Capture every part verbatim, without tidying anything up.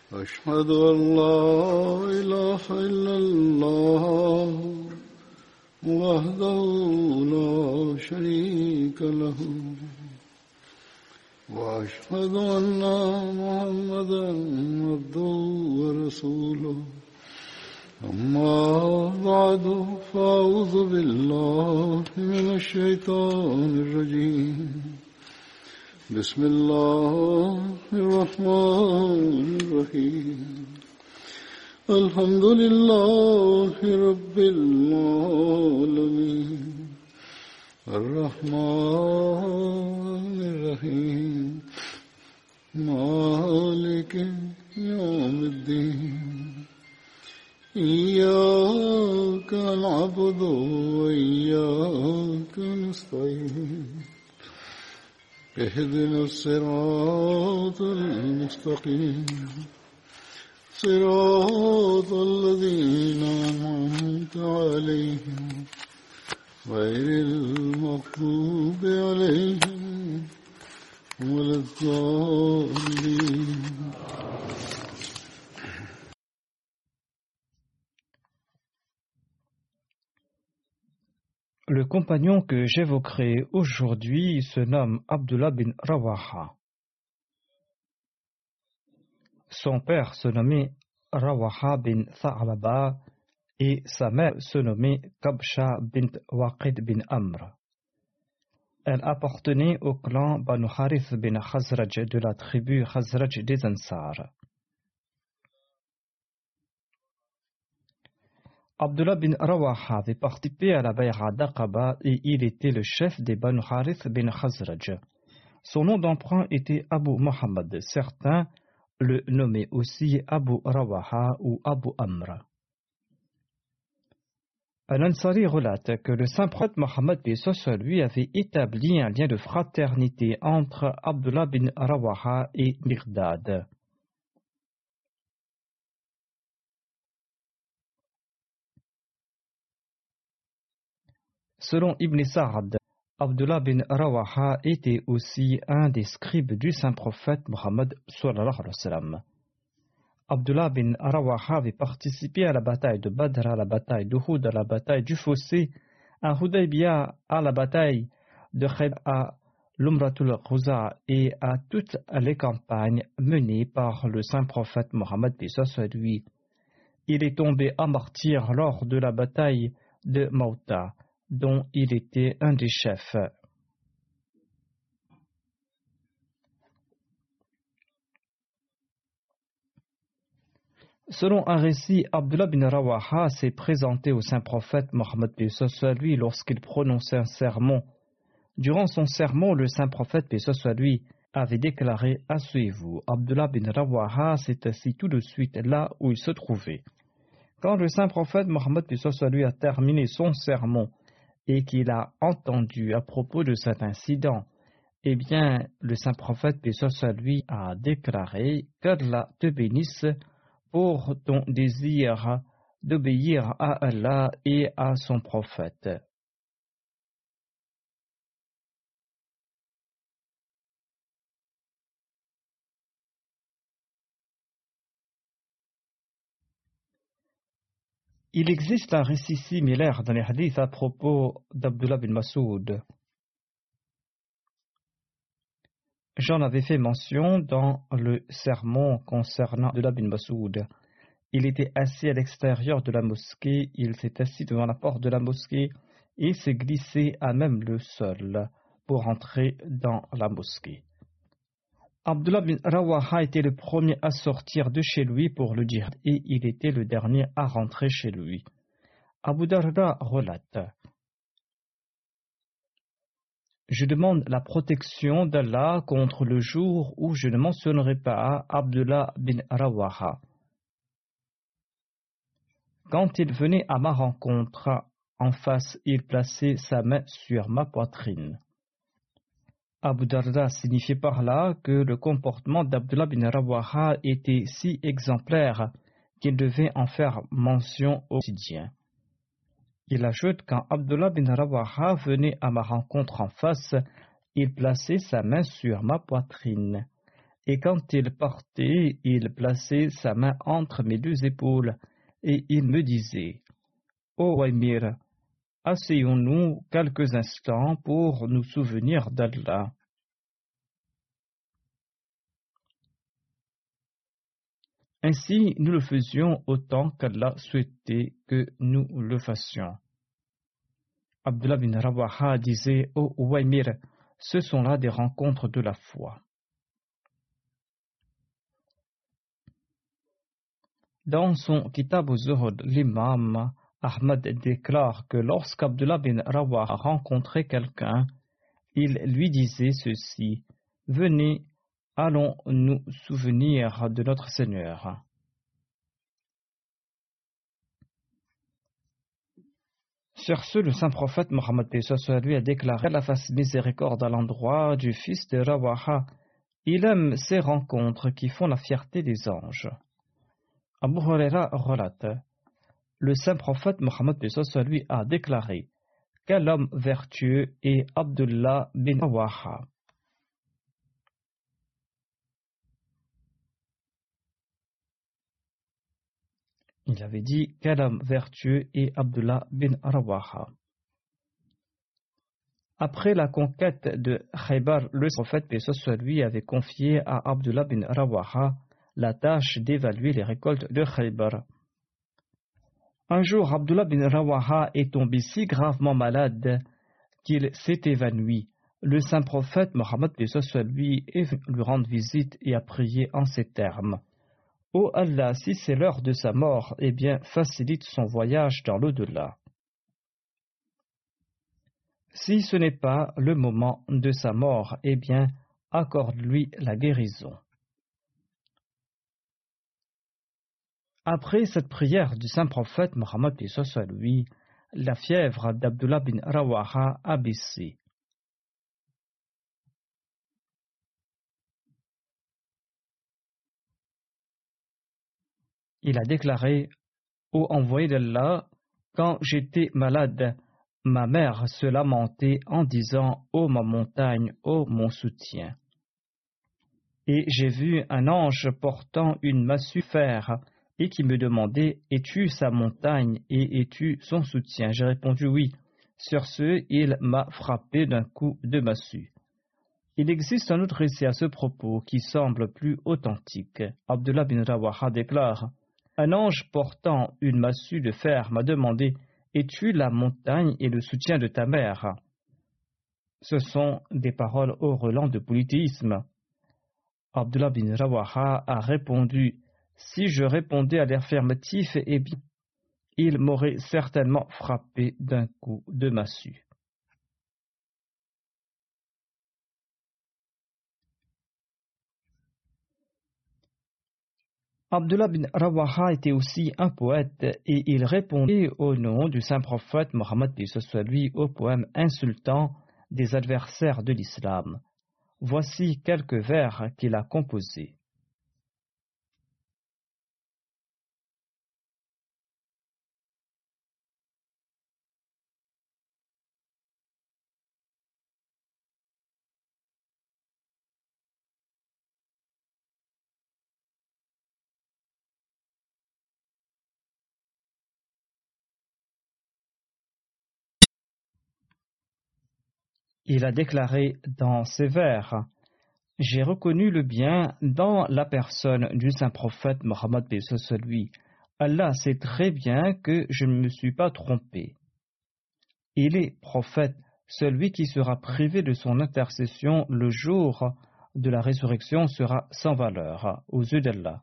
أشهد أن لا إله إلا الله وحده لا شريك له وأشهد أن محمدا عبده ورسوله أما بعد فأعوذ بالله من الشيطان الرجيم بسم الله الرحمن الرحيم الحمد لله رب العالمين الرحمن الرحيم مالك يوم الدين إياك نعبد وإياك نستعين اهدنا الصراط المستقيم صراط الذين أنعمت عليهم غير المغضوب عليهم ولا الضالين. Le compagnon que j'évoquerai aujourd'hui se nomme Abdullah bin Rawaha. Son père se nommait Rawaha bin Tha'laba et sa mère se nommait Kabsha bint Waqid bin Amr. Elle appartenait au clan Banu Harith bin Khazraj de la tribu Khazraj des Ansar. Abdullah bin Rawaha avait participé à la Bay'a d'Aqaba et il était le chef des Banu Harith bin Khazraj. Son nom d'emprunt était Abu Muhammad. Certains le nommaient aussi Abu Rawaha ou Abu Amr. Al-Ansari relate que le saint prophète Mohammed lui avait établi un lien de fraternité entre Abdullah bin Rawaha et Miqdad. Selon Ibn Sa'd, Abdullah bin Rawaha était aussi un des scribes du saint prophète Mohammed sallallahu alayhi wa sallam. Abdullah bin Rawaha avait participé à la bataille de Badr, à la bataille d'Uhud, à la bataille du Fossé, à Hudaybiyah, à la bataille de Khaybar, à l'Umratul Quza et à toutes les campagnes menées par le saint prophète Mohammed lui. Il est tombé à martyr lors de la bataille de Mauta, dont il était un des chefs. Selon un récit, Abdullah bin Rawaha s'est présenté au saint prophète Mohammed lui lorsqu'il prononçait un sermon. Durant son sermon, le saint prophète lui avait déclaré « Asseyez-vous ». Abdullah bin Rawaha s'est assis tout de suite là où il se trouvait. Quand le saint prophète Mohammed lui a terminé son sermon et qu'il a entendu à propos de cet incident, eh bien, le saint prophète lui a déclaré « Qu'Allah te bénisse » pour ton désir d'obéir à Allah et à son prophète. Il existe un récit similaire dans les hadiths à propos d'Abdullah bin Mas'ud. J'en avais fait mention dans le sermon concernant Abdullah bin Mas'ud. Il était assis à l'extérieur de la mosquée, il s'est assis devant la porte de la mosquée et s'est glissé à même le sol pour entrer dans la mosquée. Abdullah bin Rawaha était le premier à sortir de chez lui pour le djihad et il était le dernier à rentrer chez lui. Abu Darda relate: Je demande la protection d'Allah contre le jour où je ne mentionnerai pas Abdullah bin Rawaha. Quand il venait à ma rencontre, en face, il plaçait sa main sur ma poitrine. Abu Darda signifiait par là que le comportement d'Abdullah bin Rawaha était si exemplaire qu'il devait en faire mention au quotidien. Il ajoute: quand Abdullah bin Rawaha venait à ma rencontre en face, il plaçait sa main sur ma poitrine. Et quand il partait, il plaçait sa main entre mes deux épaules et il me disait: Ô Waymir, asseyons-nous quelques instants pour nous souvenir d'Allah. Ainsi, nous le faisions autant qu'Allah souhaitait que nous le fassions. Abdullah bin Rawaha disait: Ô Waymir, ce sont là des rencontres de la foi. Dans son Kitab az-Zuhd, l'imam Ahmad déclare que lorsqu'Abdullah bin Rawaha rencontrait quelqu'un, il lui disait ceci: Venez, allons nous souvenir de notre Seigneur. Sur ce, le saint prophète Mohammed lui a déclaré: Allah fasse miséricorde à l'endroit du fils de Rawaha. Il aime ces rencontres qui font la fierté des anges. Abu Huraira relate: le saint prophète Mohammed lui a déclaré: quel homme vertueux est Abdullah bin Rawaha. Il avait dit: quel homme vertueux est Abdullah bin Rawaha. Après la conquête de Khaybar, le prophète lui avait confié à Abdullah bin Rawaha la tâche d'évaluer les récoltes de Khaybar. Un jour, Abdullah bin Rawaha est tombé si gravement malade qu'il s'est évanoui. Le saint prophète Mohammed lui est venu lui rendre visite et a prié en ces termes: Ô Allah, si c'est l'heure de sa mort, eh bien facilite son voyage dans l'au-delà. Si ce n'est pas le moment de sa mort, eh bien accorde-lui la guérison. Après cette prière du saint prophète Mohammed lui, la fièvre d'Abdullah bin Rawaha a baissé. Il a déclaré: Ô envoyé d'Allah, quand j'étais malade, ma mère se lamentait en disant: Ô ma montagne, ô mon soutien. Et j'ai vu un ange portant une massue fer et qui me demandait: es-tu sa montagne et es-tu son soutien? J'ai répondu: oui. Sur ce, il m'a frappé d'un coup de massue. Il existe un autre récit à ce propos qui semble plus authentique. Abdullah bin Rawaha déclare: un ange portant une massue de fer m'a demandé: es-tu la montagne et le soutien de ta mère? Ce sont des paroles au relent de polythéisme. Abdullah bin Rawaha a répondu: si je répondais à l'affirmatif, eh bien, il m'aurait certainement frappé d'un coup de massue. Abdullah bin Rawaha était aussi un poète et il répondait au nom du saint prophète Mohammed lui aux poèmes insultants des adversaires de l'islam. Voici quelques vers qu'il a composés. Il a déclaré dans ces vers: j'ai reconnu le bien dans la personne du saint prophète Mohammed lui. Allah sait très bien que je ne me suis pas trompé. Il est prophète, celui qui sera privé de son intercession le jour de la résurrection sera sans valeur aux yeux d'Allah.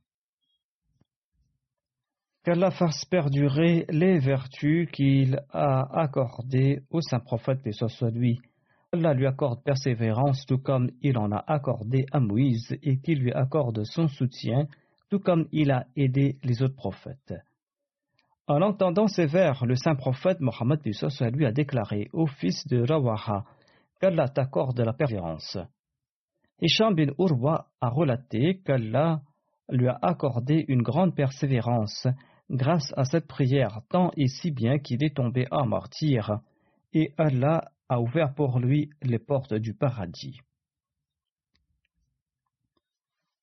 Qu'Allah fasse perdurer les vertus qu'il a accordées au saint prophète paix soit lui. Allah lui accorde persévérance tout comme il en a accordé à Moïse et qu'il lui accorde son soutien tout comme il a aidé les autres prophètes. En entendant ces vers, le saint prophète Mohammed lui a déclaré au fils de Rawaha: qu'Allah t'accorde la persévérance. Hisham bin Urwa a relaté qu'Allah lui a accordé une grande persévérance grâce à cette prière, tant et si bien qu'il est tombé en martyr, et Allah a ouvert pour lui les portes du paradis.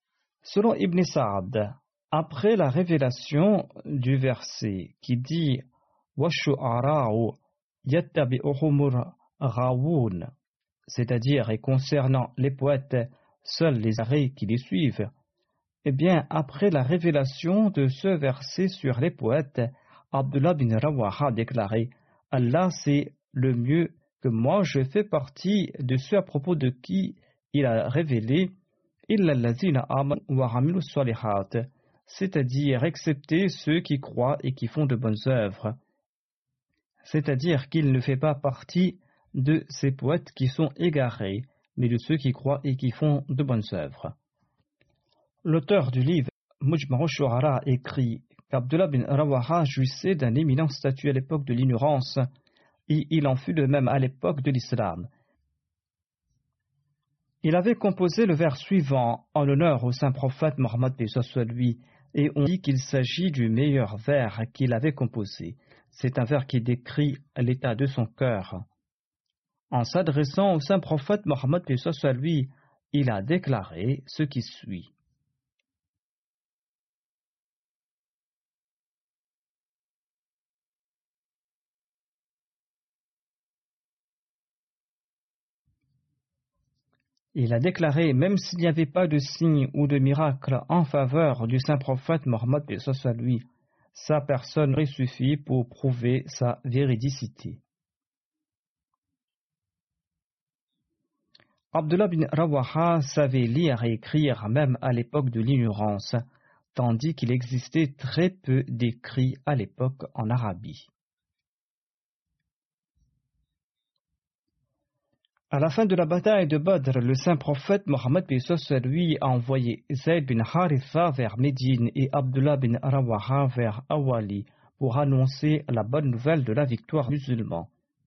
Selon Ibn Sa'd, après la révélation du verset qui dit Washu'ara'u yattabi'uhumur ghawun, c'est-à-dire et concernant les poètes, seuls les arrêts qui les suivent, eh bien, après la révélation de ce verset sur les poètes, Abdullah bin Rawaha a déclaré Allah sait le mieux que moi, je fais partie de ceux à propos de qui il a révélé illa allazina amanu wa amilu salihat, c'est-à-dire excepté ceux qui croient et qui font de bonnes œuvres. C'est-à-dire qu'il ne fait pas partie de ces poètes qui sont égarés, mais de ceux qui croient et qui font de bonnes œuvres. L'auteur du livre Mujma' ash-Shu'ara écrit qu'Abdullah bin Rawaha jouissait d'un éminent statut à l'époque de l'ignorance, et il en fut de même à l'époque de l'islam. Il avait composé le vers suivant en l'honneur au saint prophète Mohammed paix soit lui, et on dit qu'il s'agit du meilleur vers qu'il avait composé. C'est un vers qui décrit l'état de son cœur. En s'adressant au saint prophète Mohammed paix soit lui, il a déclaré ce qui suit. Il a déclaré, même s'il n'y avait pas de signe ou de miracle en faveur du saint prophète Mohammed paix soit lui, sa personne aurait suffi pour prouver sa véridicité. Abdullah bin Rawaha savait lire et écrire même à l'époque de l'ignorance, tandis qu'il existait très peu d'écrits à l'époque en Arabie. À la fin de la bataille de Badr, le saint prophète Mohammed paix soit lui a envoyé Zayd bin Haritha vers Médine et Abdullah bin Rawaha vers Awali pour annoncer la bonne nouvelle de la victoire musulmane.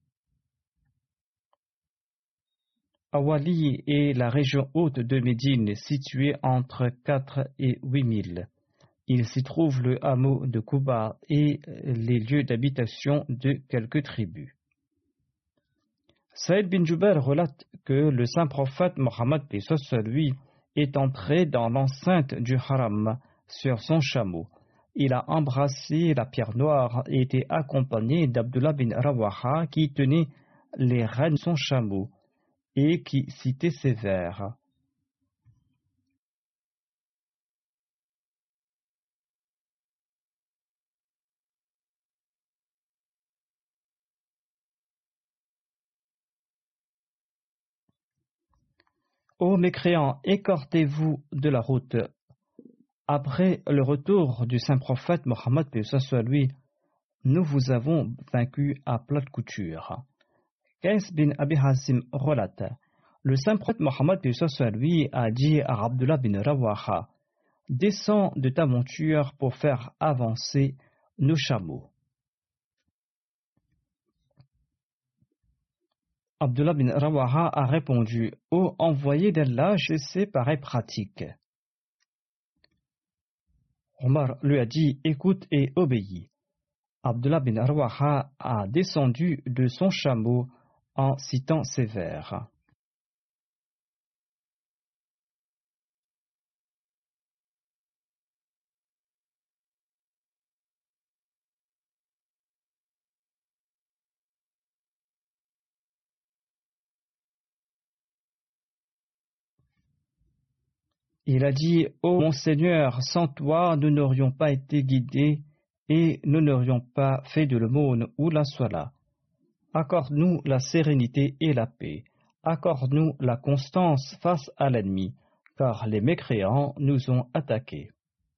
Awali est la région haute de Médine, située entre quatre et huit milles. Il s'y trouve le hameau de Kouba et les lieux d'habitation de quelques tribus. Saïd bin Jubair relate que le saint prophète Mohammed paix soit lui est entré dans l'enceinte du haram sur son chameau. Il a embrassé la pierre noire et était accompagné d'Abdullah bin Rawaha qui tenait les rênes de son chameau et qui citait ces vers. Ô mécréants, écartez-vous de la route. Après le retour du saint prophète Mohammed paix soit lui, nous vous avons vaincu à plate couture. Qais bin Abi Hazim relate, le saint prophète Mohammed paix soit lui a dit à Abdullah bin Rawaha, descends de ta monture pour faire avancer nos chameaux. Abdullah bin Rawaha a répondu, ô envoyé d'Allah, je sais pareille pratique. Omar lui a dit, écoute et obéis. Abdullah bin Rawaha a descendu de son chameau en citant ces vers. Il a dit, ô mon Seigneur, sans toi nous n'aurions pas été guidés et nous n'aurions pas fait de l'aumône ou la salat. Accorde-nous la sérénité et la paix. Accorde-nous la constance face à l'ennemi, car les mécréants nous ont attaqués.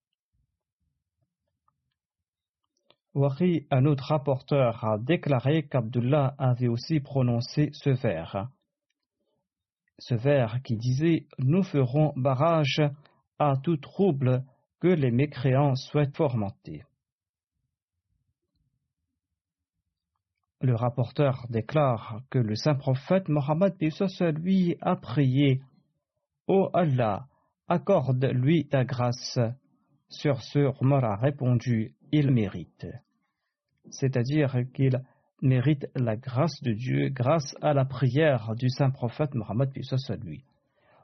Wari, un autre rapporteur, a déclaré qu'Abdullah avait aussi prononcé ce vers. Ce vers qui disait « Nous ferons barrage à tout trouble que les mécréants souhaitent fomenter ». Le rapporteur déclare que le saint prophète Mohammed paix soit lui a prié « Ô Allah, accorde-lui ta grâce ». Sur ce, Omar a répondu « Il mérite ». C'est-à-dire qu'il mérite la grâce de Dieu grâce à la prière du saint prophète Mohammed paix soit lui.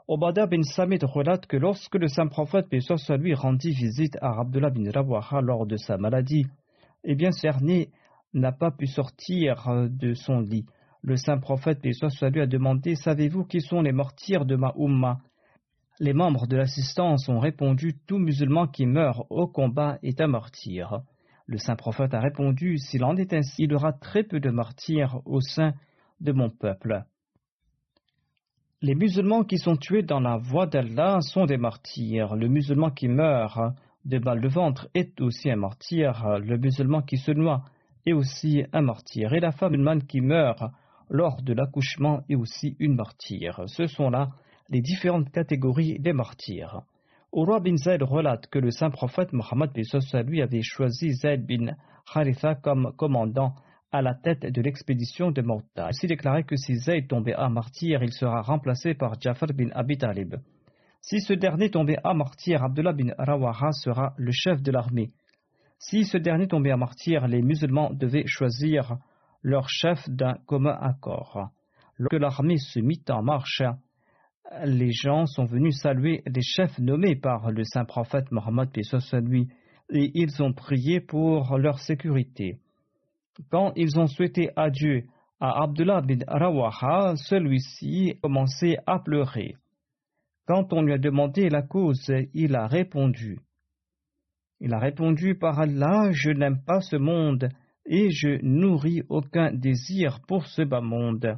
Obada bin Samit relate que lorsque le saint prophète, paix soit sur lui, rendit visite à Abdullah bin Rawaha lors de sa maladie, eh bien ce dernier n'a pas pu sortir de son lit. Le saint prophète, paix soit sur lui, a demandé: savez-vous qui sont les martyrs de ma Ummah? Les membres de l'assistance ont répondu: tout musulman qui meurt au combat est un martyr. Le saint prophète a répondu: s'il en est ainsi, il y aura très peu de martyrs au sein de mon peuple. Les musulmans qui sont tués dans la voie d'Allah sont des martyrs. Le musulman qui meurt de mal de ventre est aussi un martyr. Le musulman qui se noie est aussi un martyr. Et la femme musulmane qui meurt lors de l'accouchement est aussi une martyre. Ce sont là les différentes catégories des martyrs. Urwa bin Zayd relate que le saint prophète Mohammed lui avait choisi Zayd bin Haritha comme commandant à la tête de l'expédition de Mauta. Il a aussi déclaré que si Zayd tombait à martyr, il sera remplacé par Jafar bin Abi Talib. Si ce dernier tombait à martyr, Abdullah bin Rawaha sera le chef de l'armée. Si ce dernier tombait à martyr, les musulmans devaient choisir leur chef d'un commun accord. Lorsque l'armée se mit en marche, les gens sont venus saluer les chefs nommés par le saint prophète Mohammed paix soit sur lui, et ils ont prié pour leur sécurité. Quand ils ont souhaité adieu à Abdullah bin Rawaha, celui-ci a commencé à pleurer. Quand on lui a demandé la cause, il a répondu. Il a répondu: par Allah, je n'aime pas ce monde et je nourris aucun désir pour ce bas monde.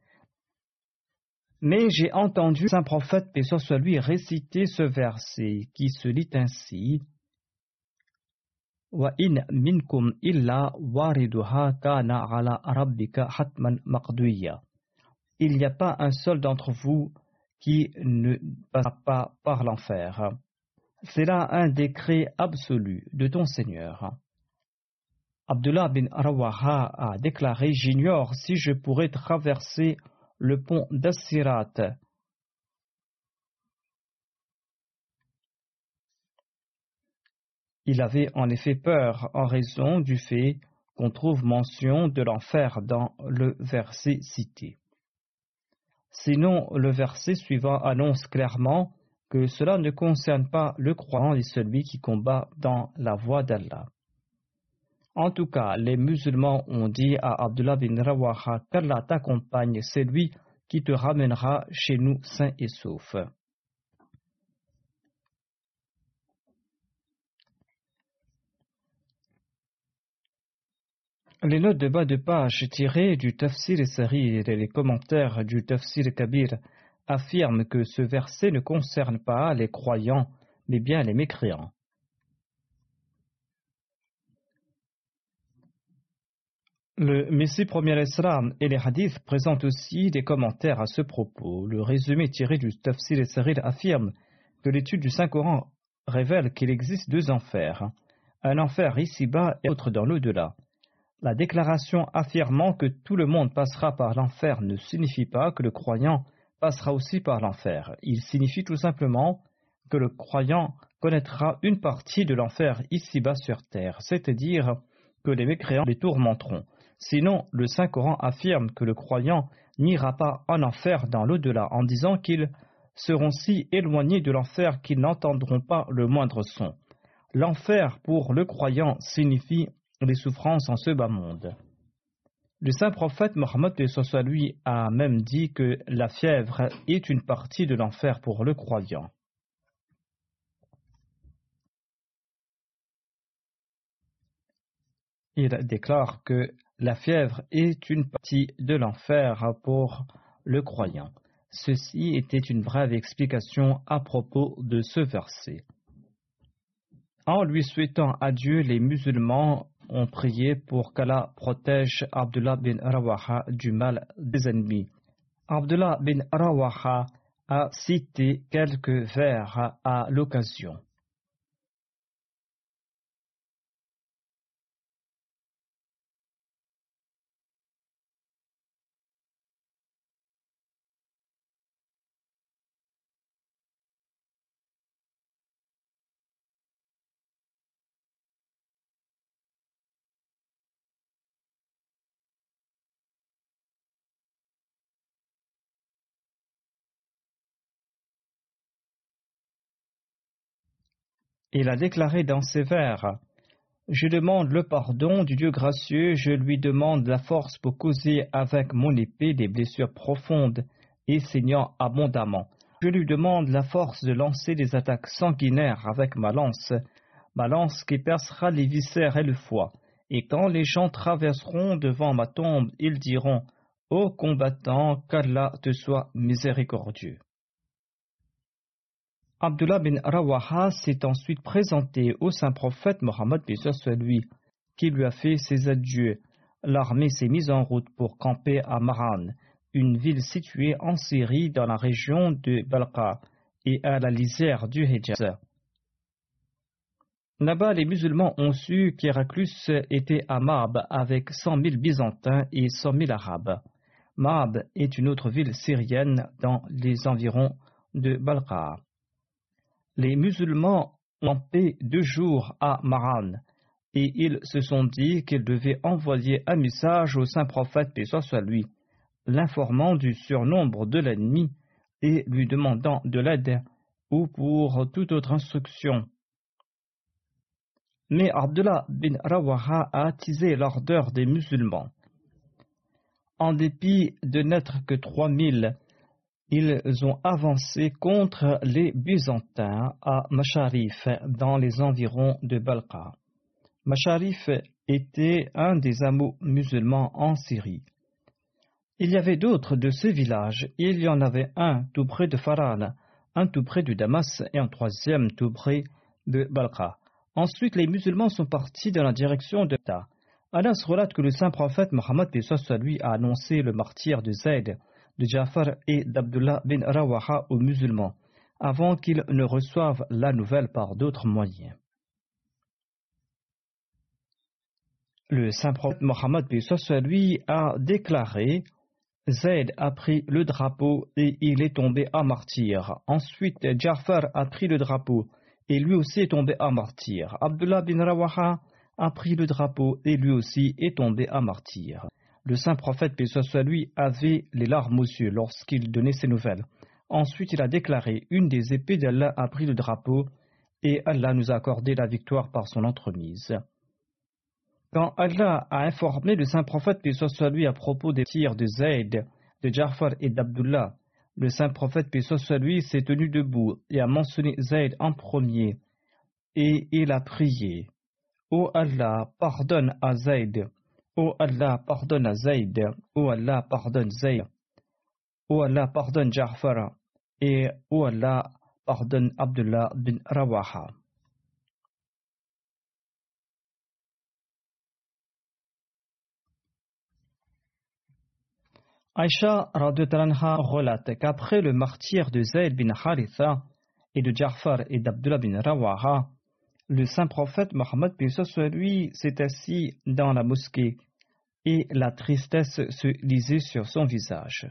Mais j'ai entendu le saint prophète, paix soit sur lui, réciter ce verset qui se lit ainsi: Wa in minkum illa wariduha kana ala rabbika hatman maqdiya. Il n'y a pas un seul d'entre vous qui ne passera pas par l'enfer. C'est là un décret absolu de ton Seigneur. Abdullah bin Rawaha a déclaré: j'ignore si je pourrais traverser le pont d'Assirat. Il avait en effet peur en raison du fait qu'on trouve mention de l'enfer dans le verset cité. Sinon, le verset suivant annonce clairement que cela ne concerne pas le croyant et celui qui combat dans la voie d'Allah. En tout cas, les musulmans ont dit à Abdullah bin Rawaha: qu'Allah t'accompagne, c'est lui qui te ramènera chez nous sain et sauf. Les notes de bas de page tirées du Tafsir Sarir et les commentaires du Tafsir Kabir affirment que ce verset ne concerne pas les croyants, mais bien les mécréants. Le Messie premier Islam et les hadiths présentent aussi des commentaires à ce propos. Le résumé tiré du Tafsir Sarir affirme que l'étude du Saint-Coran révèle qu'il existe deux enfers, un enfer ici-bas et l'autre dans l'au-delà. La déclaration affirmant que tout le monde passera par l'enfer ne signifie pas que le croyant passera aussi par l'enfer. Il signifie tout simplement que le croyant connaîtra une partie de l'enfer ici-bas sur terre, c'est-à-dire que les mécréants les tourmenteront. Sinon, le Saint-Coran affirme que le croyant n'ira pas en enfer dans l'au-delà en disant qu'ils seront si éloignés de l'enfer qu'ils n'entendront pas le moindre son. L'enfer pour le croyant signifie les souffrances en ce bas monde. Le saint prophète Mohammed lui a même dit que la fièvre est une partie de l'enfer pour le croyant. Il déclare que la fièvre est une partie de l'enfer pour le croyant. Ceci était une brève explication à propos de ce verset. En lui souhaitant adieu, les musulmans ont prié pour qu'Allah protège Abdullah bin Rawaha du mal des ennemis. Abdullah bin Rawaha a cité quelques vers à l'occasion. Il a déclaré dans ses vers: Je demande le pardon du Dieu gracieux, je lui demande la force pour causer avec mon épée des blessures profondes et saignant abondamment. Je lui demande la force de lancer des attaques sanguinaires avec ma lance, ma lance qui percera les viscères et le foie. Et quand les gens traverseront devant ma tombe, ils diront: Ô combattant, qu'Allah te soit miséricordieux. Abdullah bin Rawaha s'est ensuite présenté au saint prophète Mohammed soit lui, qui lui a fait ses adieux. L'armée s'est mise en route pour camper à Maran, une ville située en Syrie dans la région de Balqa et à la lisière du Hijaz. Là-bas, les musulmans ont su qu'Héraclus était à Ma'ab avec cent mille Byzantins et cent mille Arabes. Ma'ab est une autre ville syrienne dans les environs de Balqa. Les musulmans ont campé deux jours à Maran et ils se sont dit qu'ils devaient envoyer un message au saint prophète, paix soit lui, l'informant du surnombre de l'ennemi et lui demandant de l'aide ou pour toute autre instruction. Mais Abdullah bin Rawaha a attisé l'ardeur des musulmans. En dépit de n'être que trois mille, ils ont avancé contre les Byzantins à Masharif, dans les environs de Balqa. Masharif était un des hameaux musulmans en Syrie. Il y avait d'autres de ces villages. Il y en avait un tout près de Faran, un tout près de Damas et un troisième tout près de Balqa. Ensuite, les musulmans sont partis dans la direction de Ta. Anas relate que le saint prophète Mohammed lui a annoncé le martyre de Zayd, de Ja'far et d'Abdullah bin Rawaha aux musulmans, avant qu'ils ne reçoivent la nouvelle par d'autres moyens. Le saint prophète Mohammed lui a déclaré: Zayd a pris le drapeau et il est tombé à martyr. Ensuite, Ja'far a pris le drapeau et lui aussi est tombé à martyr. Abdullah bin Rawaha a pris le drapeau et lui aussi est tombé à martyr. Le saint prophète, paix soit lui, avait les larmes aux yeux lorsqu'il donnait ces nouvelles. Ensuite, il a déclaré: Une des épées d'Allah a pris le drapeau et Allah nous a accordé la victoire par son entremise. Quand Allah a informé le saint prophète, paix soit lui, à propos des tirs de Zayd, de Ja'far et d'Abdullah, le saint prophète, paix soit lui, s'est tenu debout et a mentionné Zayd en premier, et il a prié: Ô Allah, pardonne à Zayd. Ô Allah, pardonne à Zayd. Ô Allah, pardonne Zayd. Ô Allah, pardonne Ja'far. Et ô Allah, pardonne Abdullah bin Rawaha. Aïcha radhiyallahu anha relate qu'après le martyre de Zayd bin Haritha et de Ja'far et d'Abdullah bin Rawaha, le saint prophète Mohammed lui s'est assis dans la mosquée et la tristesse se lisait sur son visage.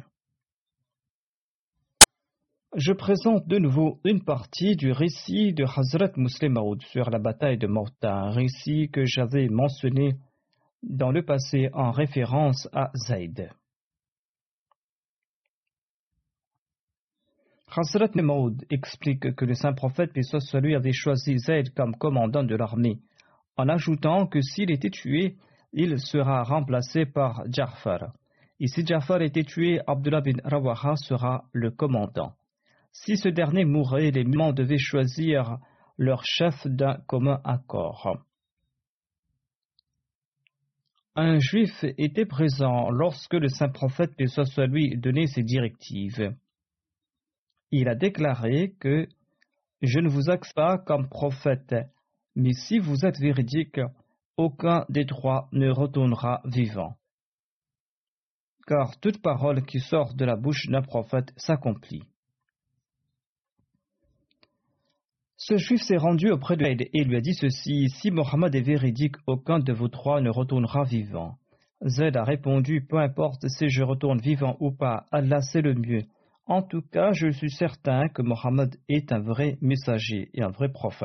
Je présente de nouveau une partie du récit de Hazrat Muslim Maud sur la bataille de Mou'tah, un récit que j'avais mentionné dans le passé en référence à Zayd. Hazrat Maud explique que le saint prophète, paix soit lui, avait choisi Zayd comme commandant de l'armée, en ajoutant que s'il était tué, il sera remplacé par Ja'far. Et si Ja'far était tué, Abdullah bin Rawaha sera le commandant. Si ce dernier mourait, les musulmans devaient choisir leur chef d'un commun accord. Un juif était présent lorsque le saint prophète, paix soit lui, donnait ses directives. Il a déclaré que « Je ne vous accepte pas comme prophète, mais si vous êtes véridique, aucun des trois ne retournera vivant. Car toute parole qui sort de la bouche d'un prophète s'accomplit. » Ce juif s'est rendu auprès de Zayd et lui a dit ceci: « Si Mohammed est véridique, aucun de vous trois ne retournera vivant. » Zayd a répondu: « Peu importe si je retourne vivant ou pas, Allah c'est le mieux. En tout cas, je suis certain que Mohammed est un vrai messager et un vrai prophète. »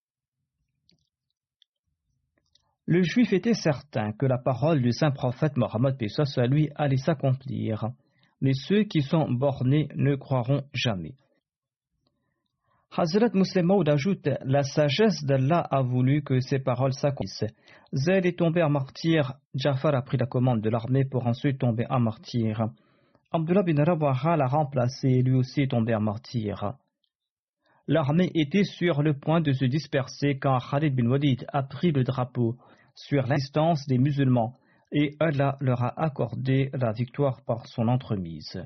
Le juif était certain que la parole du saint prophète Mohammed, paix soit lui, allait s'accomplir, mais ceux qui sont bornés ne croiront jamais. Hazrat Muslim Maud ajoute: la sagesse d'Allah a voulu que ces paroles s'accomplissent. Zayd est tombé en martyr, Jafar a pris la commande de l'armée pour ensuite tomber en martyr. Abdullah bin Rawaha l'a remplacé et lui aussi est tombé en martyr. L'armée était sur le point de se disperser quand Khalid bin Walid a pris le drapeau sur l'insistance des musulmans et Allah leur a accordé la victoire par son entremise.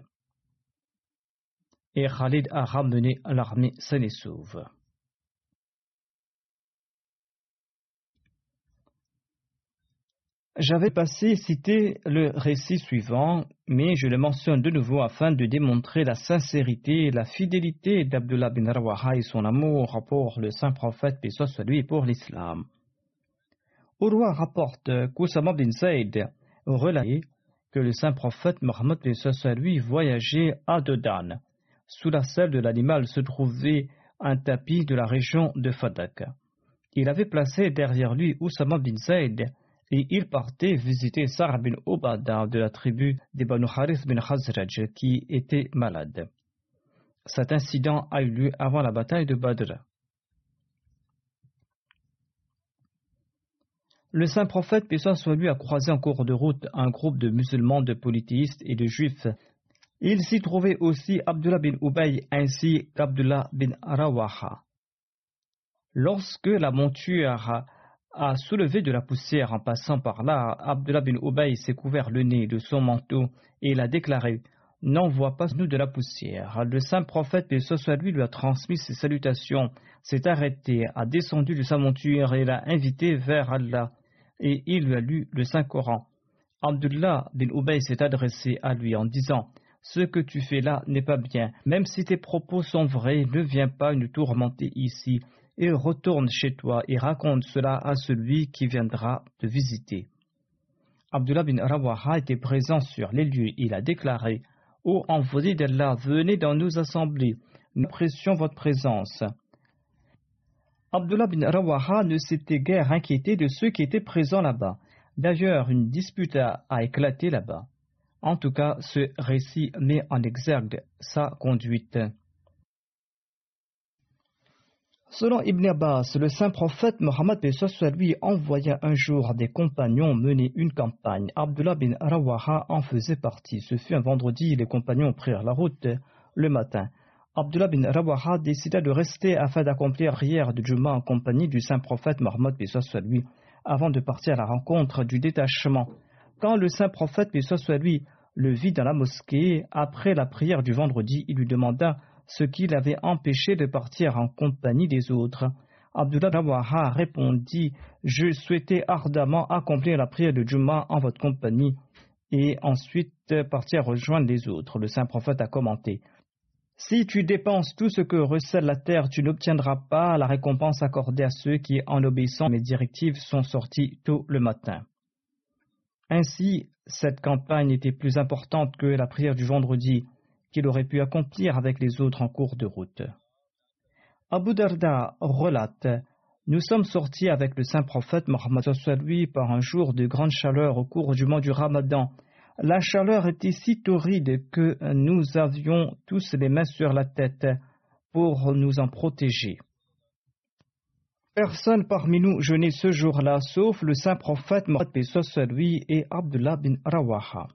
Et Khalid a ramené l'armée saine et sauve. J'avais passé citer le récit suivant, mais je le mentionne de nouveau afin de démontrer la sincérité et la fidélité d'Abdullah bin Rawaha et son amour pour le saint prophète, paix soit sur lui, et pour l'islam. Urwa rapporte qu'Oussama bin Zayd relatait que le saint prophète Mohammed, paix soit sur lui, voyageait à Dodan. Sous la selle de l'animal se trouvait un tapis de la région de Fadak. Il avait placé derrière lui Oussama bin Zayd et il partait visiter Sa'd bin Ubada de la tribu des Banu Harith bin Khazraj qui était malade. Cet incident a eu lieu avant la bataille de Badr. Le saint prophète, paix soit sur lui, a croisé en cours de route un groupe de musulmans, de polythéistes et de juifs. Il s'y trouvait aussi Abdullah bin Ubay ainsi qu'Abdullah bin Rawaha. Lorsque la monture a soulevé de la poussière en passant par là, Abdullah bin Ubay s'est couvert le nez de son manteau et il a déclaré: n'envoie pas nous de la poussière. Le saint prophète, paix soit sur lui, lui a transmis ses salutations, s'est arrêté, a descendu de sa monture et l'a invité vers Allah et il lui a lu le Saint-Coran. Abdullah bin Ubay s'est adressé à lui en disant: ce que tu fais là n'est pas bien. Même si tes propos sont vrais, ne viens pas nous tourmenter ici et retourne chez toi et raconte cela à celui qui viendra te visiter. Abdullah bin Rawaha était présent sur les lieux. Il a déclaré: ô envoyé d'Allah, venez dans nos assemblées, nous apprécions votre présence. Abdullah bin Rawaha ne s'était guère inquiété de ceux qui étaient présents là-bas. D'ailleurs, une dispute a, a éclaté là-bas. En tout cas, ce récit met en exergue sa conduite. Selon Ibn Abbas, le saint prophète Mohammed, paix soit sur lui, envoya un jour des compagnons mener une campagne. Abdullah bin Rawaha en faisait partie. Ce fut un vendredi, les compagnons prirent la route le matin. Abdullah bin Rawaha décida de rester afin d'accomplir la prière de Juma en compagnie du saint prophète Mohammed, paix soit sur lui, avant de partir à la rencontre du détachement. Quand le saint prophète, paix soit sur lui, le vit dans la mosquée, après la prière du vendredi, il lui demanda ce qui l'avait empêché de partir en compagnie des autres. Abdullah Rawaha répondit: je souhaitais ardemment accomplir la prière de Juma en votre compagnie et ensuite partir rejoindre les autres. Le saint prophète a commenté: si tu dépenses tout ce que recèle la terre, tu n'obtiendras pas la récompense accordée à ceux qui, en obéissant à mes directives, sont sortis tôt le matin. Ainsi, cette campagne était plus importante que la prière du vendredi qu'il aurait pu accomplir avec les autres en cours de route. Abu Darda relate: nous sommes sortis avec le saint prophète Mohammed lui par un jour de grande chaleur au cours du mois du Ramadan. La chaleur était si torride que nous avions tous les mains sur la tête pour nous en protéger. Personne parmi nous jeûnait ce jour-là, sauf le saint prophète Mohammed paix soit sur lui et Abdullah bin Rawaha.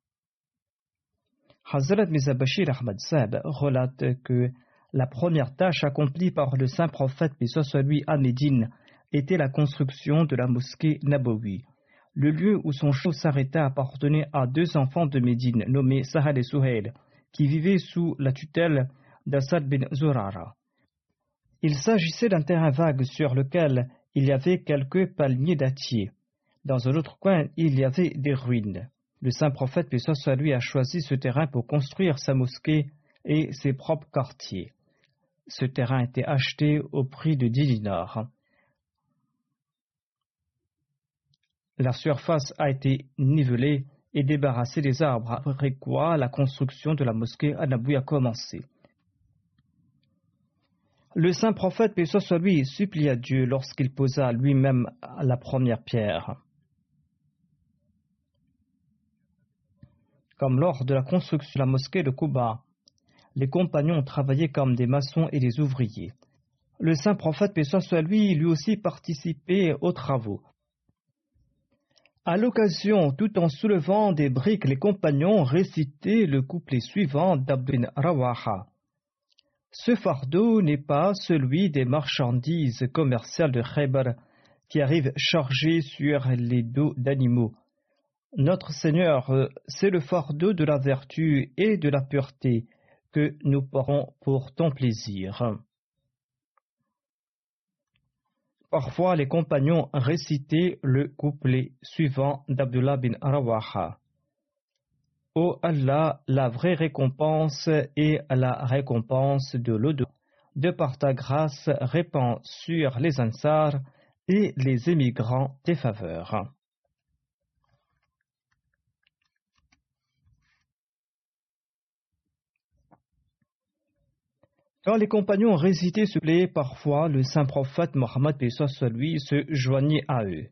Hazrat Mirza Bashir Ahmad Sahib relate que la première tâche accomplie par le saint prophète paix soit sur lui à Médine était la construction de la mosquée Nabawi. Le lieu où son château s'arrêta appartenait à deux enfants de Médine nommés Sahal et Souhail, qui vivaient sous la tutelle d'Assad bin Zurara. Il s'agissait d'un terrain vague sur lequel il y avait quelques palmiers dattiers. Dans un autre coin, il y avait des ruines. Le saint prophète, paix soit sur lui, a choisi ce terrain pour construire sa mosquée et ses propres quartiers. Ce terrain était acheté au prix de dix dinars. La surface a été nivelée et débarrassée des arbres, après quoi la construction de la mosquée à Nabawi a commencé. Le saint prophète, paix soit sur lui, supplia Dieu lorsqu'il posa lui-même la première pierre. Comme lors de la construction de la mosquée de Quba, les compagnons travaillaient comme des maçons et des ouvriers. Le saint prophète, paix soit lui, lui aussi participait aux travaux. À l'occasion, tout en soulevant des briques, les compagnons récitaient le couplet suivant d'Abd bin Rawaha. Ce fardeau n'est pas celui des marchandises commerciales de Khaybar qui arrivent chargées sur les dos d'animaux. Notre Seigneur, c'est le fardeau de la vertu et de la pureté que nous portons pour ton plaisir. Parfois, les compagnons récitaient le couplet suivant d'Abdullah bin Rawaha. Ô Allah, la vraie récompense est la récompense de l'au-delà. De par ta grâce, répands sur les Ansars et les émigrants tes faveurs. Quand les compagnons récitaient ce couplet, parfois le saint prophète Mohammed paix soit lui se joignait à eux.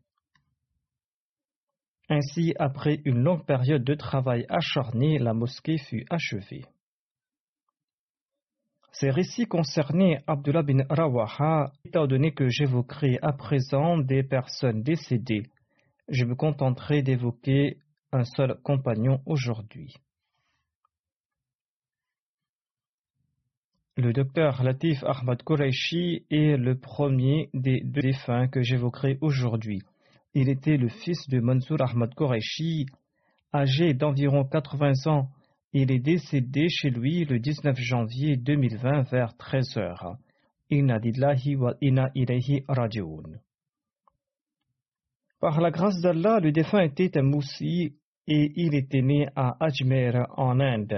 Ainsi, après une longue période de travail acharné, la mosquée fut achevée. Ces récits concernaient Abdullah bin Rawaha, étant donné que j'évoquerai à présent des personnes décédées. Je me contenterai d'évoquer un seul compagnon aujourd'hui. Le docteur Latif Ahmad Qureshi est le premier des deux défunts que j'évoquerai aujourd'hui. Il était le fils de Mansour Ahmad Qureshi, âgé d'environ quatre-vingts ans. Il est décédé chez lui le dix-neuf janvier deux mille vingt vers treize heures. Inna lillahi wa inna ilayhi raji'un. Par la grâce d'Allah, le défunt était un moussi et il était né à Ajmer en Inde.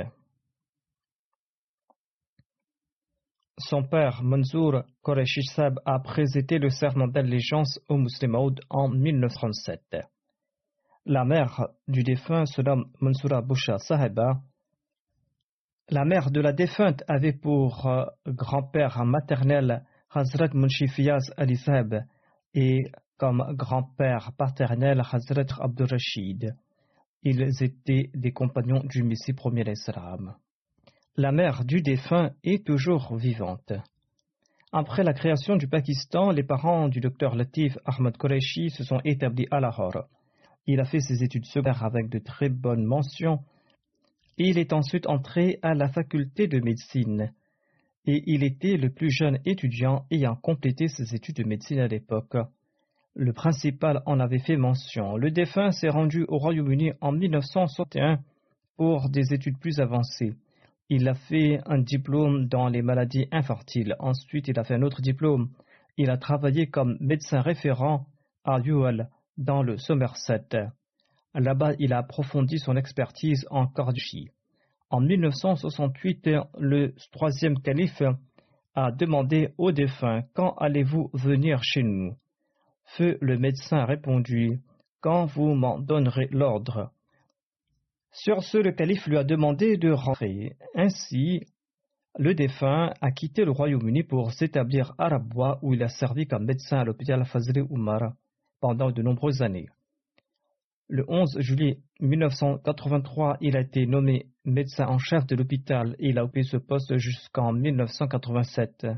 Son père, Mansour Qureshi Sahib, a prêté le serment d'allégeance au Muslim en mille neuf cent trente-sept. La mère du défunt se nomme Mansoura Busha Sahiba. La mère de la défunte avait pour euh, grand-père maternel Hazrat Munshi Fiyaz Ali Sahib et comme grand-père paternel Hazrat Abdul Rashid. Ils étaient des compagnons du Messie premier l'Islam. La mère du défunt est toujours vivante. Après la création du Pakistan, les parents du docteur Latif Ahmad Qureshi se sont établis à Lahore. Il a fait ses études secondaires avec de très bonnes mentions. Il est ensuite entré à la faculté de médecine. Et il était le plus jeune étudiant ayant complété ses études de médecine à l'époque. Le principal en avait fait mention. Le défunt s'est rendu au Royaume-Uni en mille neuf cent soixante et un pour des études plus avancées. Il a fait un diplôme dans les maladies infertiles. Ensuite, il a fait un autre diplôme. Il a travaillé comme médecin référent à Ewell, dans le Somerset. Là-bas, il a approfondi son expertise en cardiologie. En mille neuf cent soixante-huit, le troisième calife a demandé au défunt « Quand allez-vous venir chez nous ?» Feu le médecin répondit « Quand vous m'en donnerez l'ordre ?» Sur ce, le calife lui a demandé de rentrer. Ainsi, le défunt a quitté le Royaume-Uni pour s'établir à Rabwa, où il a servi comme médecin à l'hôpital Fazli Umar pendant de nombreuses années. Le onze juillet mille neuf cent quatre-vingt-trois, il a été nommé médecin en chef de l'hôpital et il a occupé ce poste jusqu'en mille neuf cent quatre-vingt-sept.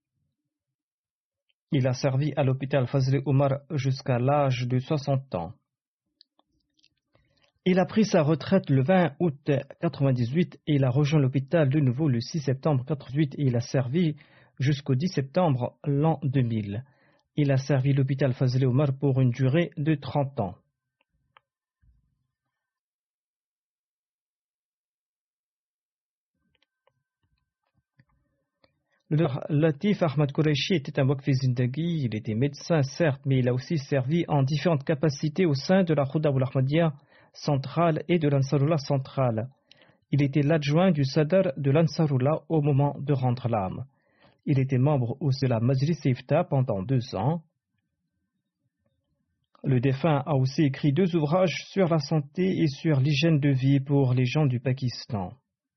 Il a servi à l'hôpital Fazli Umar jusqu'à l'âge de soixante ans. Il a pris sa retraite le vingt août mille neuf cent quatre-vingt-dix-huit et il a rejoint l'hôpital de nouveau le six septembre mille neuf cent quatre-vingt-huit et il a servi jusqu'au dix septembre l'an deux mille. Il a servi l'hôpital Fazli Umar pour une durée de trente ans. Le Latif Ahmad Qureshi était un Waqf Zindagi, il était médecin certes, mais il a aussi servi en différentes capacités au sein de la Khuda ul Ahmadiyya centrale et de l'Ansarullah centrale. Il était l'adjoint du Sadr de l'Ansarullah au moment de rendre l'âme. Il était membre aussi de la Majlis Ifta pendant deux ans. Le défunt a aussi écrit deux ouvrages sur la santé et sur l'hygiène de vie pour les gens du Pakistan.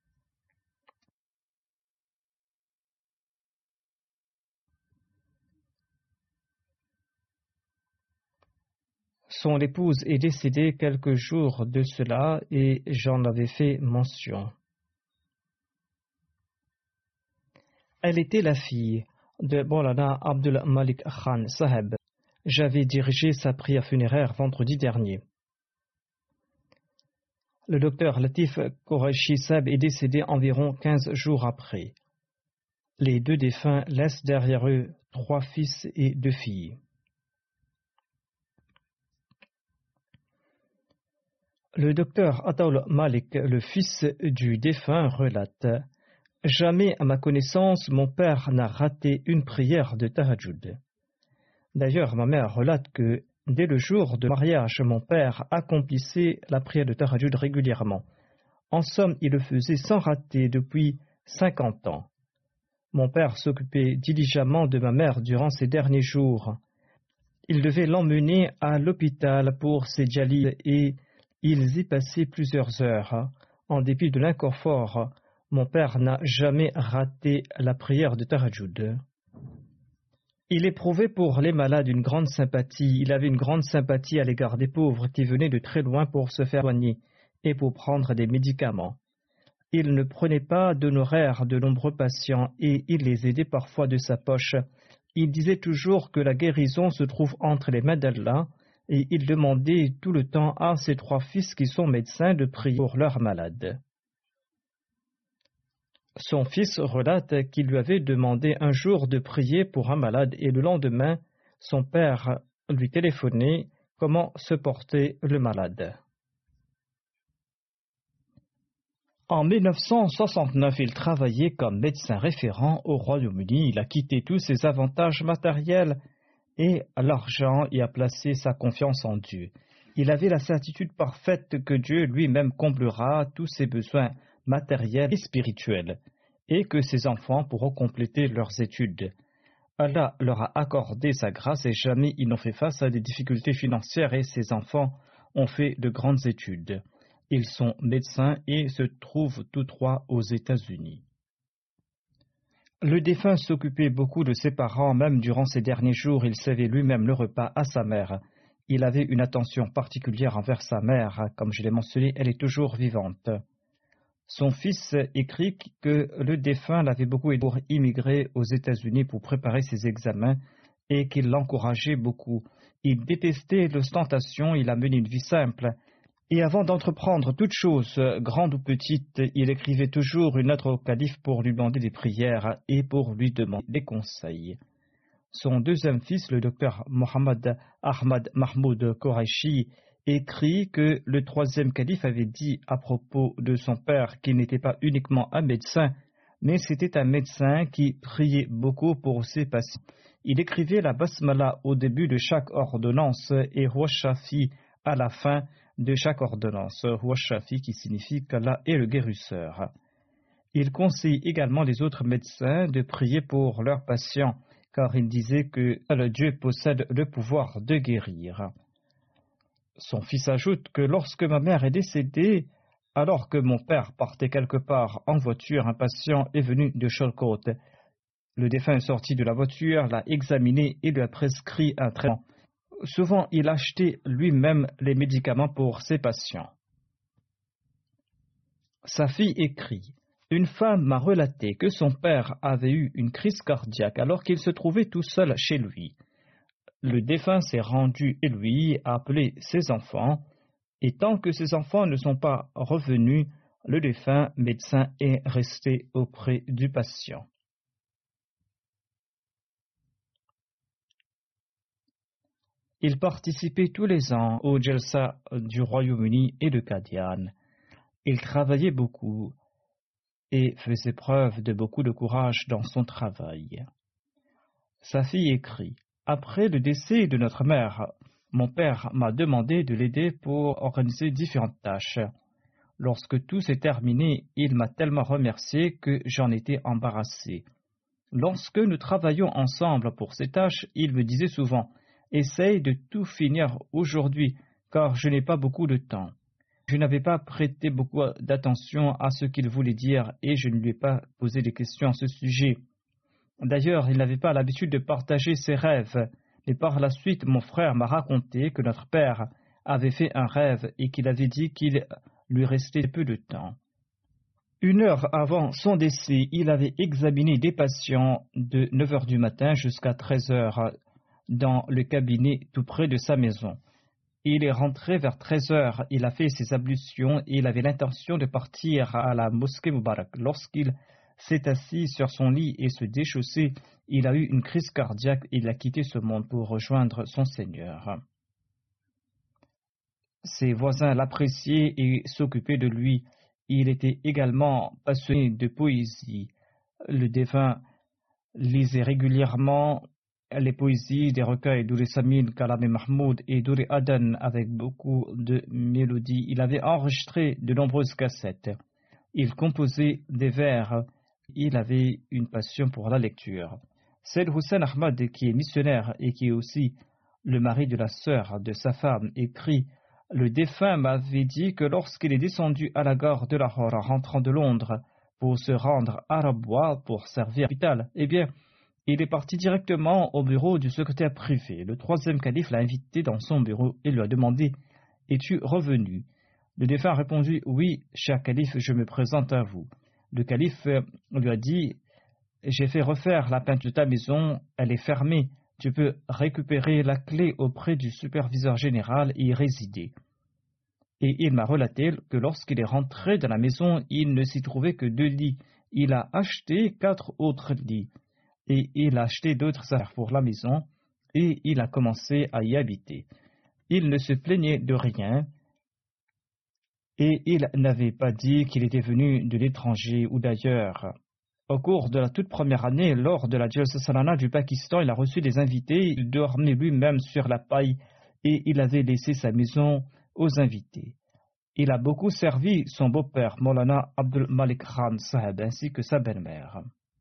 Son épouse est décédée quelques jours de cela et j'en avais fait mention. Elle était la fille de Maulana Abdul Malik Khan Saheb. J'avais dirigé sa prière funéraire vendredi dernier. Le docteur Latif Qureshi Saheb est décédé environ quinze jours après. Les deux défunts laissent derrière eux trois fils et deux filles. Le docteur Ataul Malik, le fils du défunt, relate « Jamais à ma connaissance mon père n'a raté une prière de tahajjud. » D'ailleurs, ma mère relate que dès le jour de mariage, mon père accomplissait la prière de tahajjud régulièrement. En somme, il le faisait sans rater depuis cinquante ans. Mon père s'occupait diligemment de ma mère durant ces derniers jours. Il devait l'emmener à l'hôpital pour ses dialyses et ils y passaient plusieurs heures. En dépit de l'inconfort, mon père n'a jamais raté la prière de tahajjud. Il éprouvait pour les malades une grande sympathie. Il avait une grande sympathie à l'égard des pauvres qui venaient de très loin pour se faire soigner et pour prendre des médicaments. Il ne prenait pas d'honoraires de nombreux patients et il les aidait parfois de sa poche. Il disait toujours que la guérison se trouve entre les mains d'Allah et il demandait tout le temps à ses trois fils qui sont médecins de prier pour leurs malades. Son fils relate qu'il lui avait demandé un jour de prier pour un malade et le lendemain, son père lui téléphonait comment se portait le malade. En mille neuf cent soixante-neuf, il travaillait comme médecin référent au Royaume-Uni. Il a quitté tous ses avantages matériels et l'argent et a placé sa confiance en Dieu. Il avait la certitude parfaite que Dieu lui-même comblera tous ses besoins matériels et spirituels et que ses enfants pourront compléter leurs études. Allah leur a accordé sa grâce et jamais ils n'ont fait face à des difficultés financières et ses enfants ont fait de grandes études. Ils sont médecins et se trouvent tous trois aux États-Unis. Le défunt s'occupait beaucoup de ses parents, même durant ces derniers jours, il servait lui-même le repas à sa mère. Il avait une attention particulière envers sa mère, comme je l'ai mentionné, elle est toujours vivante. Son fils écrit que le défunt l'avait beaucoup aidé pour immigrer aux États-Unis pour préparer ses examens et qu'il l'encourageait beaucoup. Il détestait l'ostentation, il a mené une vie simple. Et avant d'entreprendre toute chose, grande ou petite, il écrivait toujours une lettre au calife pour lui demander des prières et pour lui demander des conseils. Son deuxième fils, le docteur Mohammad Ahmad Mahmoud Qureshi, écrit que le troisième calife avait dit à propos de son père qu'il n'était pas uniquement un médecin, mais c'était un médecin qui priait beaucoup pour ses patients. Il écrivait la basmala au début de chaque ordonnance et Huwa Shafi à la fin de chaque ordonnance, Huwa Shafi qui signifie qu'Allah est le guérisseur. Il conseille également les autres médecins de prier pour leurs patients, car il disait que le Dieu possède le pouvoir de guérir. Son fils ajoute que lorsque ma mère est décédée, alors que mon père partait quelque part en voiture, un patient est venu de Cholkot. Le défunt est sorti de la voiture, l'a examiné et lui a prescrit un traitement. Souvent, il achetait lui-même les médicaments pour ses patients. Sa fille écrit « Une femme m'a relaté que son père avait eu une crise cardiaque alors qu'il se trouvait tout seul chez lui. Le défunt s'est rendu et lui a appelé ses enfants, et tant que ses enfants ne sont pas revenus, le défunt médecin est resté auprès du patient. » Il participait tous les ans au Jalsa du Royaume-Uni et de Qadian. Il travaillait beaucoup et faisait preuve de beaucoup de courage dans son travail. Sa fille écrit « Après le décès de notre mère, mon père m'a demandé de l'aider pour organiser différentes tâches. Lorsque tout s'est terminé, il m'a tellement remercié que j'en étais embarrassé. Lorsque nous travaillions ensemble pour ces tâches, il me disait souvent « Essaye de tout finir aujourd'hui, car je n'ai pas beaucoup de temps. » Je n'avais pas prêté beaucoup d'attention à ce qu'il voulait dire et je ne lui ai pas posé de questions à ce sujet. D'ailleurs, il n'avait pas l'habitude de partager ses rêves, mais par la suite, mon frère m'a raconté que notre père avait fait un rêve et qu'il avait dit qu'il lui restait peu de temps. Une heure avant son décès, il avait examiné des patients de neuf heures du matin jusqu'à treize heures dans le cabinet tout près de sa maison. Il est rentré vers treize heures, il a fait ses ablutions et il avait l'intention de partir à la mosquée Moubarak. Lorsqu'il s'est assis sur son lit et se déchaussé, il a eu une crise cardiaque et il a quitté ce monde pour rejoindre son Seigneur. Ses voisins l'appréciaient et s'occupaient de lui. Il était également passionné de poésie. Le défunt lisait régulièrement les poésies des recueils d'Uri Samin, Kalam et Mahmoud et d'Uri Adan avec beaucoup de mélodies. Il avait enregistré de nombreuses cassettes. Il composait des vers. Il avait une passion pour la lecture. Sayyid Hussein Ahmad, qui est missionnaire et qui est aussi le mari de la sœur de sa femme, écrit: le défunt m'avait dit que lorsqu'il est descendu à la gare de Lahore en rentrant de Londres pour se rendre à Rabwa pour servir à l'hôpital, eh bien, il est parti directement au bureau du secrétaire privé. Le troisième calife l'a invité dans son bureau et lui a demandé: es-tu revenu? Le défunt a répondu: oui, cher calife, je me présente à vous. Le calife lui a dit: j'ai fait refaire la peinture de ta maison, elle est fermée. Tu peux récupérer la clé auprès du superviseur général et y résider. Et il m'a relaté que lorsqu'il est rentré dans la maison, il ne s'y trouvait que deux lits. Il a acheté quatre autres lits. Et il a acheté d'autres affaires pour la maison et il a commencé à y habiter. Il ne se plaignait de rien et il n'avait pas dit qu'il était venu de l'étranger ou d'ailleurs. Au cours de la toute première année, lors de la Jalsa Salana du Pakistan, il a reçu des invités, il dormait lui-même sur la paille et il avait laissé sa maison aux invités. Il a beaucoup servi son beau-père, Maulana Abdul Malik Khan Saheb, ainsi que sa belle-mère.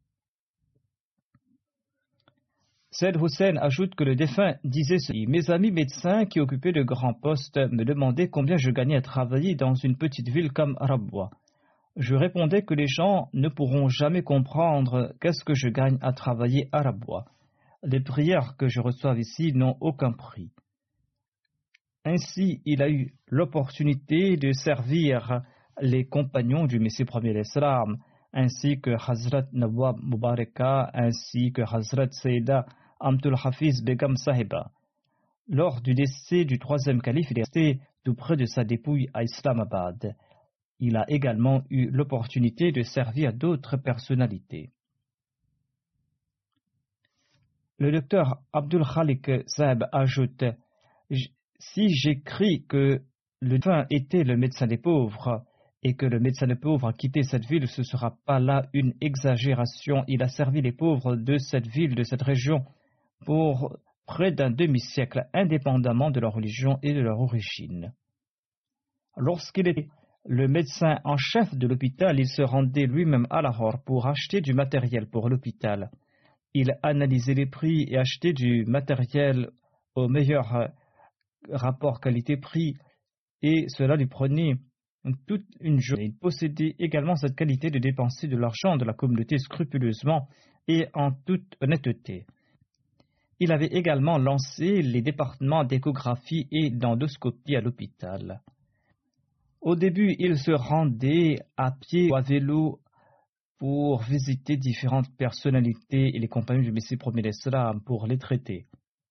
Sayyid Hussein ajoute que le défunt disait ceci: mes amis médecins qui occupaient de grands postes me demandaient combien je gagnais à travailler dans une petite ville comme Rabwa. Je répondais que les gens ne pourront jamais comprendre qu'est-ce que je gagne à travailler à Rabwa. Les prières que je reçois ici n'ont aucun prix. Ainsi, il a eu l'opportunité de servir les compagnons du Messie premier l'Islam, ainsi que Hazrat Nawab Mubaraka, ainsi que Hazrat Sayyida Amtul Hafiz Begum Sahiba. Lors du décès du troisième calife, il est resté tout près de sa dépouille à Islamabad. Il a également eu l'opportunité de servir d'autres personnalités. Le docteur Abdul Khalik Saeb ajoute: si j'écris que le défunt était le médecin des pauvres et que le médecin des pauvres a quitté cette ville, ce ne sera pas là une exagération. Il a servi les pauvres de cette ville, de cette région, pour près d'un demi-siècle, indépendamment de leur religion et de leur origine. Lorsqu'il était le médecin en chef de l'hôpital, il se rendait lui-même à Lahore pour acheter du matériel pour l'hôpital. Il analysait les prix et achetait du matériel au meilleur rapport qualité-prix et cela lui prenait toute une journée. Il possédait également cette qualité de dépenser de l'argent de la communauté scrupuleusement et en toute honnêteté. Il avait également lancé les départements d'échographie et d'endoscopie à l'hôpital. Au début, il se rendait à pied ou à vélo pour visiter différentes personnalités et les compagnons du Messie premier l'Islam pour les traiter.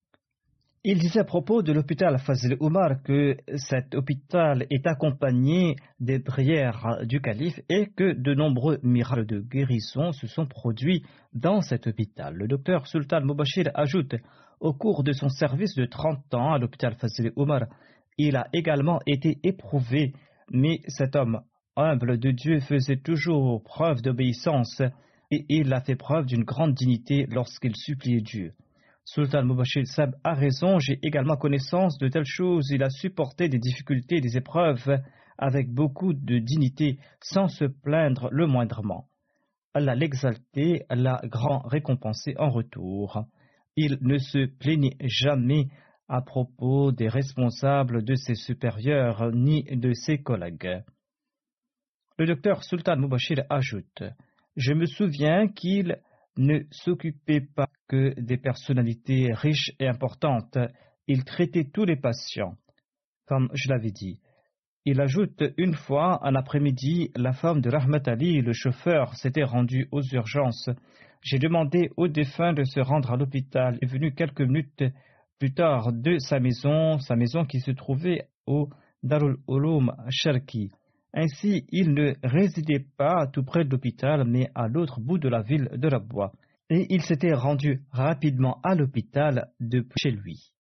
Il disait à propos de l'hôpital Fazl Omar que cet hôpital est accompagné des prières du calife et que de nombreux miracles de guérison se sont produits dans cet hôpital. Le docteur Sultan Mubashir ajoute: au cours de son service de trente ans à l'hôpital Fazl Omar, il a également été éprouvé, mais cet homme humble de Dieu faisait toujours preuve d'obéissance et il a fait preuve d'une grande dignité lorsqu'il suppliait Dieu. Sultan Mubashir Saheb a raison, j'ai également connaissance de telles choses. Il a supporté des difficultés et des épreuves avec beaucoup de dignité, sans se plaindre le moindrement. Allah l'exaltait, l'a grand récompensé en retour. Il ne se plaignait jamais à propos des responsables de ses supérieurs ni de ses collègues. Le docteur Sultan Mubashir ajoute: je me souviens qu'il ne s'occupait pas que des personnalités riches et importantes. Il traitait tous les patients. Comme je l'avais dit, Il ajoute, une fois, un après-midi, la femme de Rahmat Ali, le chauffeur, s'était rendue aux urgences. J'ai demandé au défunt de se rendre à l'hôpital. Il est venu quelques minutes plus tard de sa maison, sa maison qui se trouvait au Darul Uloom Sharqi. Ainsi, il ne résidait pas tout près de l'hôpital, mais à l'autre bout de la ville de Rabwa. Et il s'était rendu rapidement à l'hôpital depuis chez lui.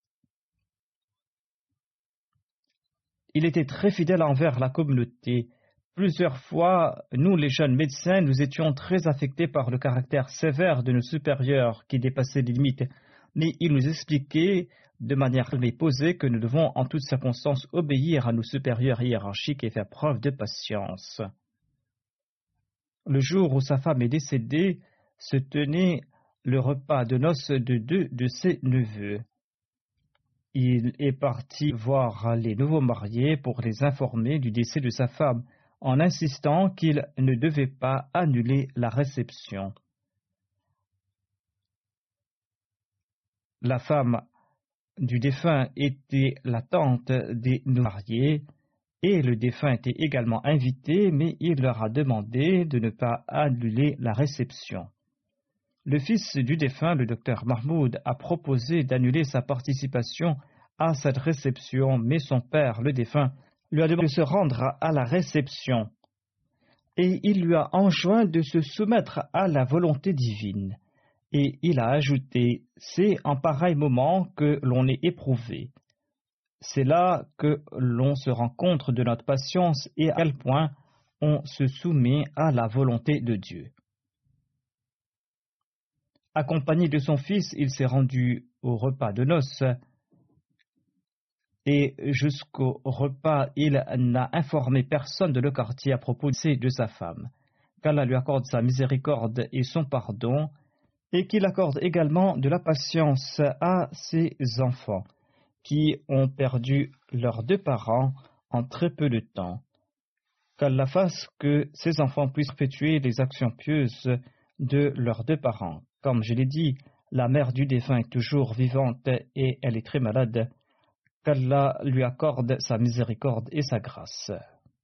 Il était très fidèle envers la communauté. Plusieurs fois, nous, les jeunes médecins, nous étions très affectés par le caractère sévère de nos supérieurs qui dépassaient les limites. Mais il nous expliquait de manière calme et posée que nous devons en toutes circonstances obéir à nos supérieurs hiérarchiques et faire preuve de patience. Le jour où sa femme est décédée, se tenait le repas de noces de deux de ses neveux. Il est parti voir les nouveaux mariés pour les informer du décès de sa femme, en insistant qu'il ne devait pas annuler la réception. La femme du défunt était la tante des nouveaux mariés et le défunt était également invité, mais il leur a demandé de ne pas annuler la réception. Le fils du défunt, le docteur Mahmoud, a proposé d'annuler sa participation à cette réception, mais son père, le défunt, lui a demandé de se rendre à la réception et il lui a enjoint de se soumettre à la volonté divine. Et il a ajouté, c'est en pareil moment que l'on est éprouvé. C'est là que l'on se rend compte de notre patience et à quel point on se soumet à la volonté de Dieu. Accompagné de son fils, il s'est rendu au repas de noces et jusqu'au repas, il n'a informé personne de le quartier à propos de sa femme. Qu'Allah lui accorde sa miséricorde et son pardon et qu'il accorde également de la patience à ses enfants qui ont perdu leurs deux parents en très peu de temps. Qu'Allah fasse que ces enfants puissent perpétuer les actions pieuses de leurs deux parents. Comme je l'ai dit, la mère du défunt est toujours vivante et elle est très malade. Qu'Allah lui accorde sa miséricorde et sa grâce.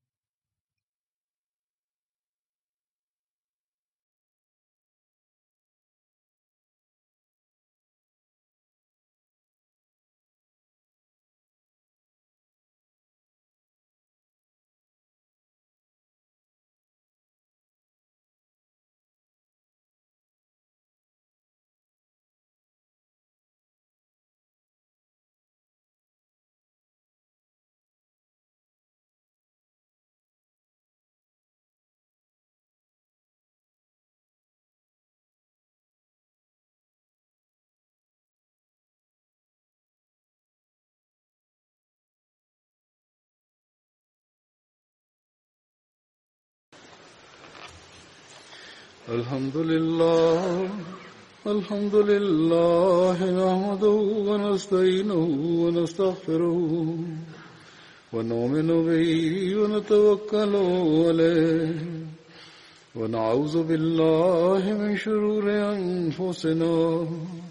الحمد لله الحمد لله نحمده ونستعينه ونستغفره ونؤمن به ونتوكل عليه ونعوذ بالله من شرور أنفسنا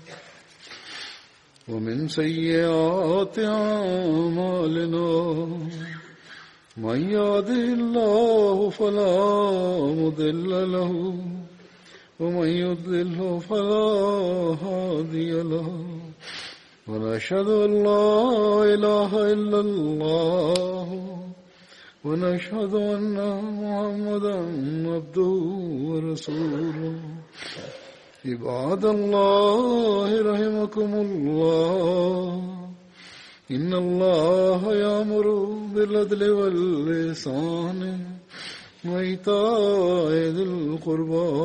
ومن سيئات أعمالنا من يهده الله فلا مضل له ومن يضلل فلا هادي له ونشهد أن لا إله إلا الله ونشهد أن محمدا عبده ورسوله عباد الله رحمكم الله إن الله يأمر بالعدل والإحسان وإيتاء ذي القربى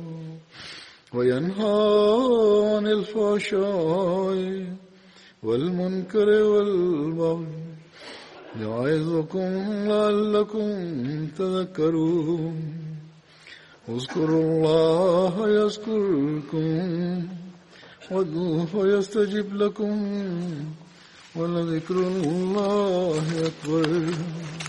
وينهى عن الفحشاء والمنكر والبغي يعظكم لعلكم تذكرون اذكروا الله يذكركم وادعوه يستجب لكم ولذكر الله أكبر